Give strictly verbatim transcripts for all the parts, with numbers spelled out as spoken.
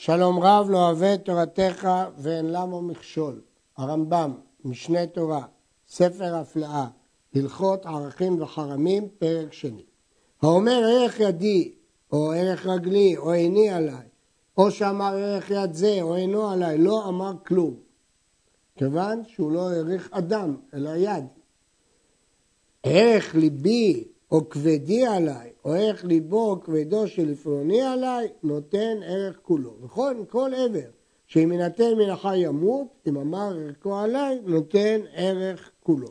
שלום רב לא אוהב את תורתך ואין למה מכשול. הרמב"ם, משנה תורה, ספר הפלאה, הלכות ערכים וחרמים, פרק שני. האומר ערך ידי או ערך רגלי או עיני עליי, או שאמר ערך יד זה או עינו עליי, לא אמר כלום. כיוון שהוא לא העריך אדם אלא יד. ערך ליבי או כבדי עליי, או ערך ליבו או כבדו של עפרוני עליי, נותן ערך כולו. וכל כל עבר שאם ינתן מן החי ימות, אם אמר ערכו עליי, נותן ערך כולו.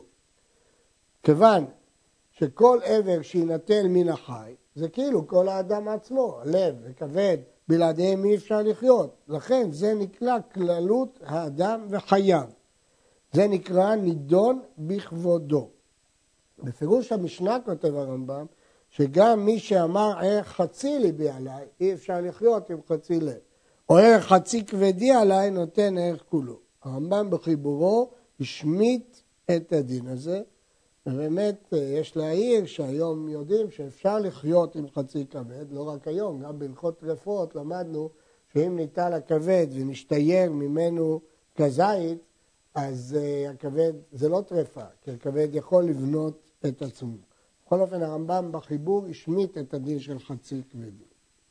כיוון שכל עבר שינתן מן החי, זה כאילו כל האדם עצמו, הלב וכבד, בלעדיהם אי אפשר לחיות. לכן זה נקרא כללות האדם וחייו. זה נקרא נידון בכבודו. בפירוש המשנה כותב הרמב"ם, שגם מי שאמר ערך חצי ליבי עליי, אי אפשר לחיות עם חצי לב. או ערך חצי כבדי עליי, נותן ערך כולו. הרמב"ם בחיבורו השמיט את הדין הזה, ובאמת יש להעיר שהיום יודעים שאפשר לחיות עם חצי כבד, לא רק היום, גם בהלכות טרפות למדנו שאם ניטל הכבד ונשתייר ממנו כזית, אז uh, הכבד זה לא טרפה, כי הכבד יכול לבנות את עצמו. בכל אופן הרמב"ם בחיבור השמיט את הדין של חצי כבדי.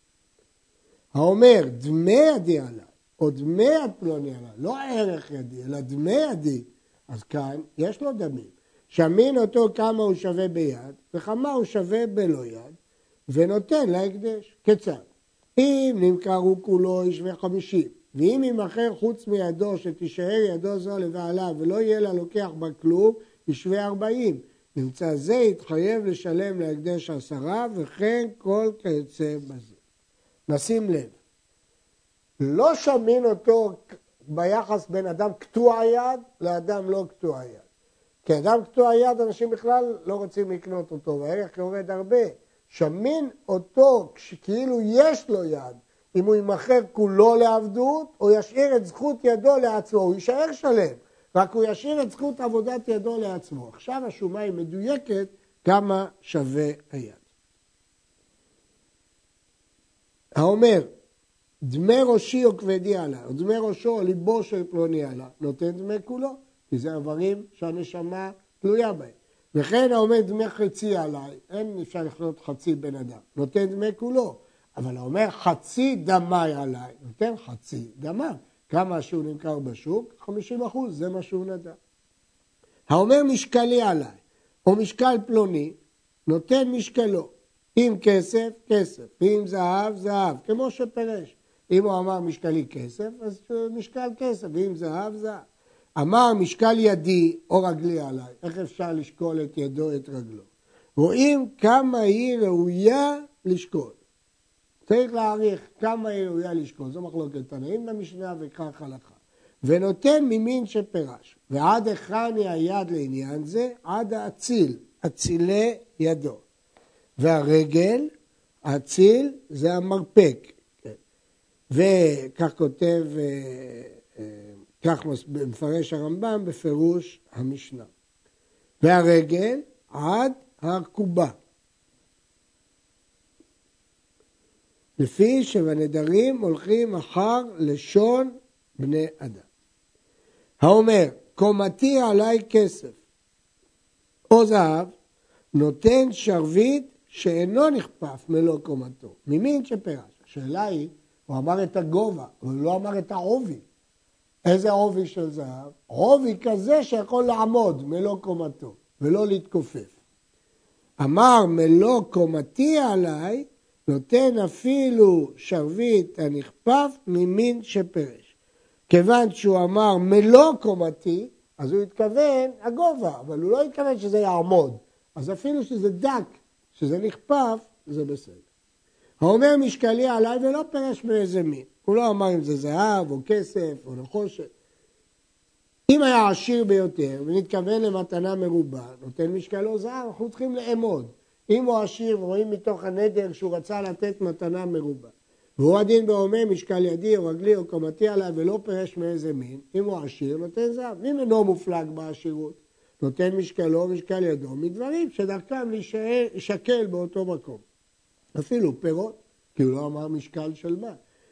האומר דמי ידי עליי, או דמי יד פלוני עליי, לא ערך ידי, אלא דמי ידי, אז כאן יש לו דמים. שמין אותו כמה הוא שווה ביד, וכמה הוא שווה בלא יד, ונותן להקדש. כיצד? אם נמכרו כולו ישווה חמישים, ואם ימכר חוץ מידו שתישאר ידו זו לבעלה ולא יהיה לה לוקח בה כלום, ישווה ארבעים. נמצא זה יתחייב לשלם להקדש עשרה, וכן כל כיוצא בזה. נשים לב, לא שמין אותו ביחס בין אדם קטוע יד לאדם לא קטוע יד. כי אדם קטוע יד אנשים בכלל לא רוצים לקנות אותו, והערך יורד הרבה. שמין אותו כאילו יש לו יד, אם הוא ימכר כולו לעבדות, או ישאיר את זכות ידו לעצמו, הוא יישאר שלם, רק הוא ישאיר את זכות עבודת ידו לעצמו. עכשיו השומה היא מדויקת כמה שווה היד. האומר, דמי ראשי או כבדי עליי, או דמי ראשו או ליבו של פלוני עליי, נותן דמי כולו, כי זה עברים שהנשמה תלויה בהם. וכן האומר דמי חצי עליי, אין אפשר לחיות חצי בן אדם, נותן דמי כולו. אבל הוא אומר חצי דמי עליי, נותן חצי דמי. כמה שהוא נמכר בשוק? חמישים אחוז, זה מה שהוא נדע. האומר משקלי עליי, או משקל פלוני, נותן משקלו. אם כסף, כסף. אם זהב, זהב. כמו שפרש. אם הוא אמר משקלי כסף, אז משקל כסף. ואם זהב, זהב. אמר משקל ידי או רגלי עליי. איך אפשר לשקול את ידו, את רגלו? רואים כמה היא ראויה לשקול. צריך להעריך כמה היא ראויה לשקול, זו מחלוקת תנאים במשנה וכך הלכה. ונותן ממין שפרש, ועד היכן היא היד לעניין זה? עד האציל, אצילי ידו. והרגל, האציל, זה המרפק. וכך כותב, כך מפרש הרמב"ם בפירוש המשנה. והרגל עד הרקובה. לפי שבנדרים הולכים אחר לשון בני אדם. האומר, קומתי עליי כסף או זהב, נותן שרביט שאינו נכפף מלוא קומתו. ממין שפרש. השאלה היא, הוא אמר את הגובה, אבל הוא לא אמר את העובי. איזה עובי של זהב? עובי כזה שיכול לעמוד מלוא קומתו, ולא להתכופף. אמר מלוא קומתי עליי, נותן אפילו שרביט הנכפף ממין שפרש. כיוון שהוא אמר מלוא קומתי, אז הוא התכוון הגובה, אבל הוא לא התכוון שזה יעמוד. אז אפילו שזה דק, שזה נכפף, זה בסדר. האומר משקלי עליי ולא פרש מאיזה מין. הוא לא אמר אם זה זהב או כסף או נחושת. אם היה עשיר ביותר ונתכוון למתנה מרובה, נותן משקלו זהב, אנחנו צריכים לאמוד. אם הוא עשיר ורואים מתוך הנדר שהוא רצה לתת מתנה מרובה, והוא הדין ואומר משקל ידי או רגלי או קומתי עליי ולא פרש מאיזה מין, אם הוא עשיר נותן זהב. אם אינו מופלג בעשירות, נותן משקלו ומשקל ידו מדברים שדרכם להישקל באותו מקום. אפילו פירות, כי הוא לא אמר משקל של מה.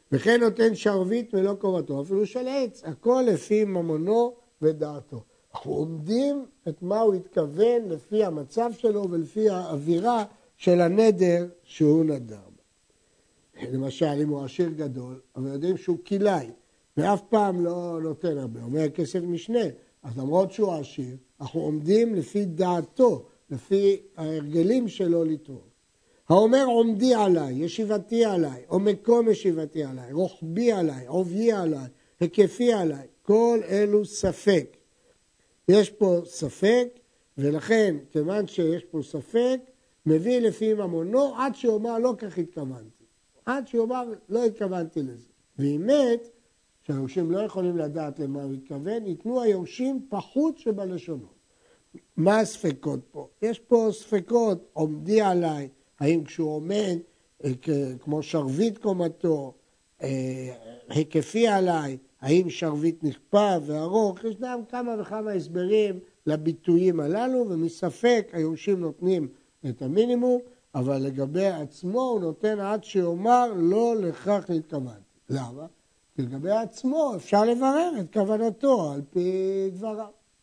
וכן נותן שרביט מלוא קומתו, אפילו של עץ, הכל לפי ממונו ודעתו. אנחנו עומדים את מה הוא התכוון לפי המצב שלו ולפי האווירה של הנדר שהוא נדר. למשל, אם הוא עשיר גדול, אבל יודעים שהוא קילאי, ואף פעם לא נותן הרבה, אומר כסף משנה, אז למרות שהוא עשיר, אנחנו עומדים לפי דעתו, לפי ההרגלים שלו לתרום. האומר עומדי עליי, ישיבתי עליי, או מקום ישיבתי עליי, רוחבי עליי, עובי עליי, היקפי עליי, כל אלו ספק. יש פה ספק, ולכן, כיוון שיש פה ספק, מביא לפי ממונו עד שאומר לא כך התכוונתי. עד שאומר לא התכוונתי לזה. ואם מת, שהיורשים לא יכולים לדעת למה הוא התכוון, ייתנו היורשים פחות שבלשונות. מה הספקות פה? יש פה ספקות, עומדי עליי, האם כשהוא עומד, כמו שרביט קומתו, היקפי עליי, האם שרביט נכפה וארוך, יש להם כמה וכמה הסברים לביטויים הללו, ומספק היורשים נותנים את המינימום, אבל לגבי עצמו הוא נותן עד שיאמר לא לכך התכוונתי. למה? כי לגבי עצמו אפשר לברר את כוונתו על פי דבריו.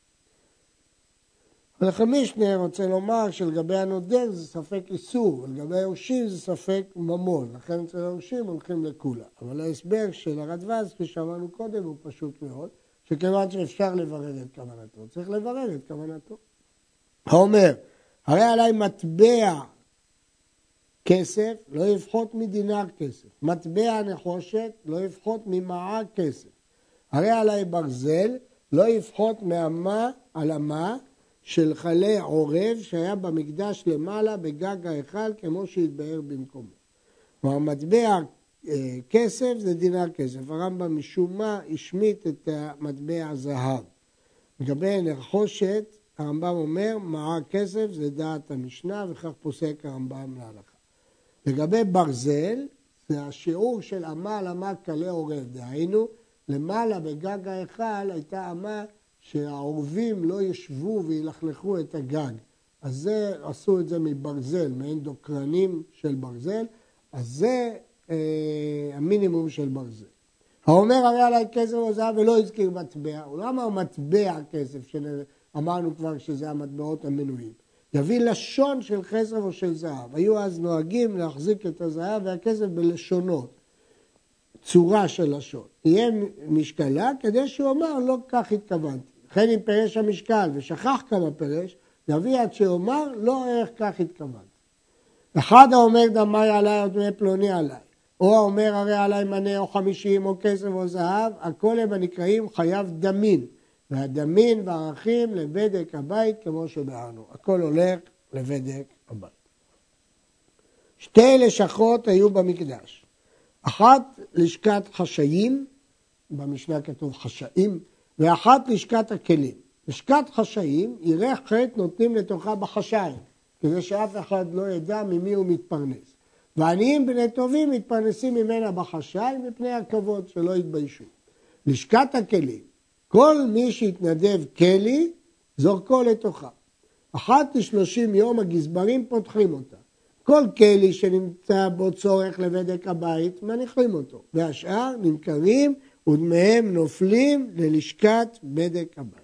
ולחמישנה רוצה לומר שלגבי הנודר זה ספק איסור, ולגבי היורשים זה ספק ממון, לכן אצל היורשים הולכים לכולה. אבל ההסבר של הרדב"ז, כפי שאמרנו קודם, הוא פשוט מאוד, שכיוון שאפשר לברר את כוונתו, צריך לברר את כוונתו. האומר, הרי עליי מטבע כסף, לא יפחות מדינר כסף. מטבע נחושת, לא יפחות ממעה כסף. הרי עליי ברזל, לא יפחות מאמה על אמה, של חלה עורב שהיה במקדש למעלה בגג ההיכל כמו שהתבאר במקומו. כלומר, מטבע אה, כסף זה דינר כסף. הרמב"ם משום מה השמיט את המטבע זהב. לגבי נחושת, הרמב"ם אומר, מעה כסף זה דעת המשנה וכך פוסק הרמב"ם להלכה. לגבי ברזל, זה השיעור של אמה על אמה קלה עורב. דהיינו, למעלה בגג ההיכל הייתה אמה שהעורבים לא ישבו וילכלכו את הגג. אז זה, עשו את זה מברזל, מעין דוקרנים של ברזל, אז זה אה, המינימום של ברזל. האומר הרי עליי כסף או זהב ולא הזכיר מטבע, הוא לא אמר מטבע כסף, שאמרנו כבר שזה המטבעות המנויים. יביא לשון של כסף או של זהב. היו אז נוהגים להחזיק את הזהב והכסף בלשונות. צורה של לשון. יהיה משקלה כדי שהוא אומר לא כך התכוונתי. לכן אם פרש המשקל ושכח כמה פרש, יביא עד שאומר לא איך כך התכוונתי. אחד האומר דמי עליי או דמי פלוני עליי, או האומר הרי עליי מנה או חמישים או כסף או זהב, הכל הם הנקראים חייב דמין. והדמין והערכים לבדק הבית כמו שבארנו. הכל הולך לבדק הבית. שתי לשכות היו במקדש. אחת לשכת חשאים, במשנה כתוב חשאים, ואחת לשכת הכלים. לשכת חשאים, ירח חטא נותנים לתוכה בחשיים, כדי שאף אחד לא ידע ממי הוא מתפרנס. ועניים בני טובים מתפרנסים ממנה בחשיים מפני הכבוד שלא יתביישו. לשכת הכלים, כל מי שהתנדב כלי, זורקו לתוכה. אחת לשלושים יום הגזברים פותחים אותה. כל כלי שנמצא בו צורך לבדק הבית, מניחים אותו. והשאר נמכרים ודמיהם נופלים ללשכת בדק הבית.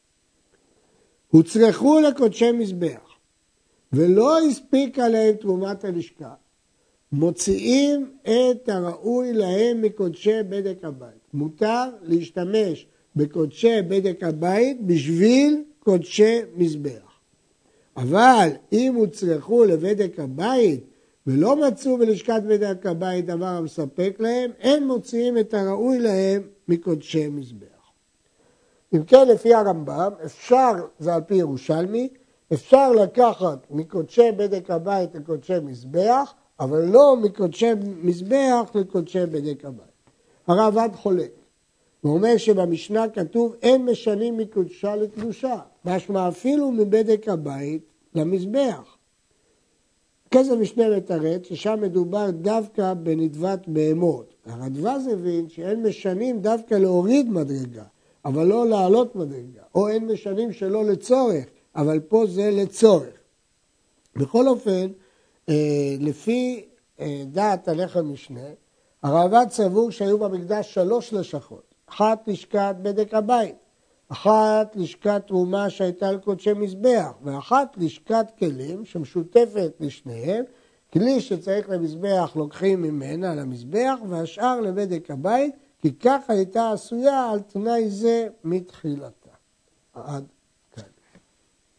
הוצרכו לקודשי מזבח, ולא הספיק עליהם תרומת הלשכה. מוציאים את הראוי להם מקודשי בדק הבית. מותר להשתמש בקודשי בדק הבית בשביל קודשי מזבח. אבל אם הוצרכו לבדק הבית ולא מצאו בלשכת בדק הבית דבר המספק להם, אין מוציאים את הראוי להם מקודשי מזבח. אם כן, לפי הרמב"ם, אפשר, זה על פי ירושלמי, אפשר לקחת מקודשי בדק הבית לקודשי מזבח, אבל לא מקודשי מזבח לקודשי בדק הבית. הרב חולק. הוא אומר שבמשנה כתוב אין משנים מקודשה לקדושה, משמע אפילו מבדק הבית למזבח. כסף משנה מתרץ ששם מדובר דווקא בנדבת בהמות. הרדב"ז הבין שאין משנים דווקא להוריד מדרגה, אבל לא לעלות מדרגה, או אין משנים שלא לצורך, אבל פה זה לצורך. בכל אופן, לפי דעת הלך המשנה, הרעב"ד סבור שהיו במקדש שלוש לשכות, אחת לשכת בדק הבית, אחת לשכת תרומה שהייתה על קודשי מזבח, ואחת לשכת כלים שמשותפת לשניהם, כלי שצריך למזבח לוקחים ממנה למזבח, והשאר לבדק הבית, כי כך הייתה עשויה על תנאי זה מתחילתה. עד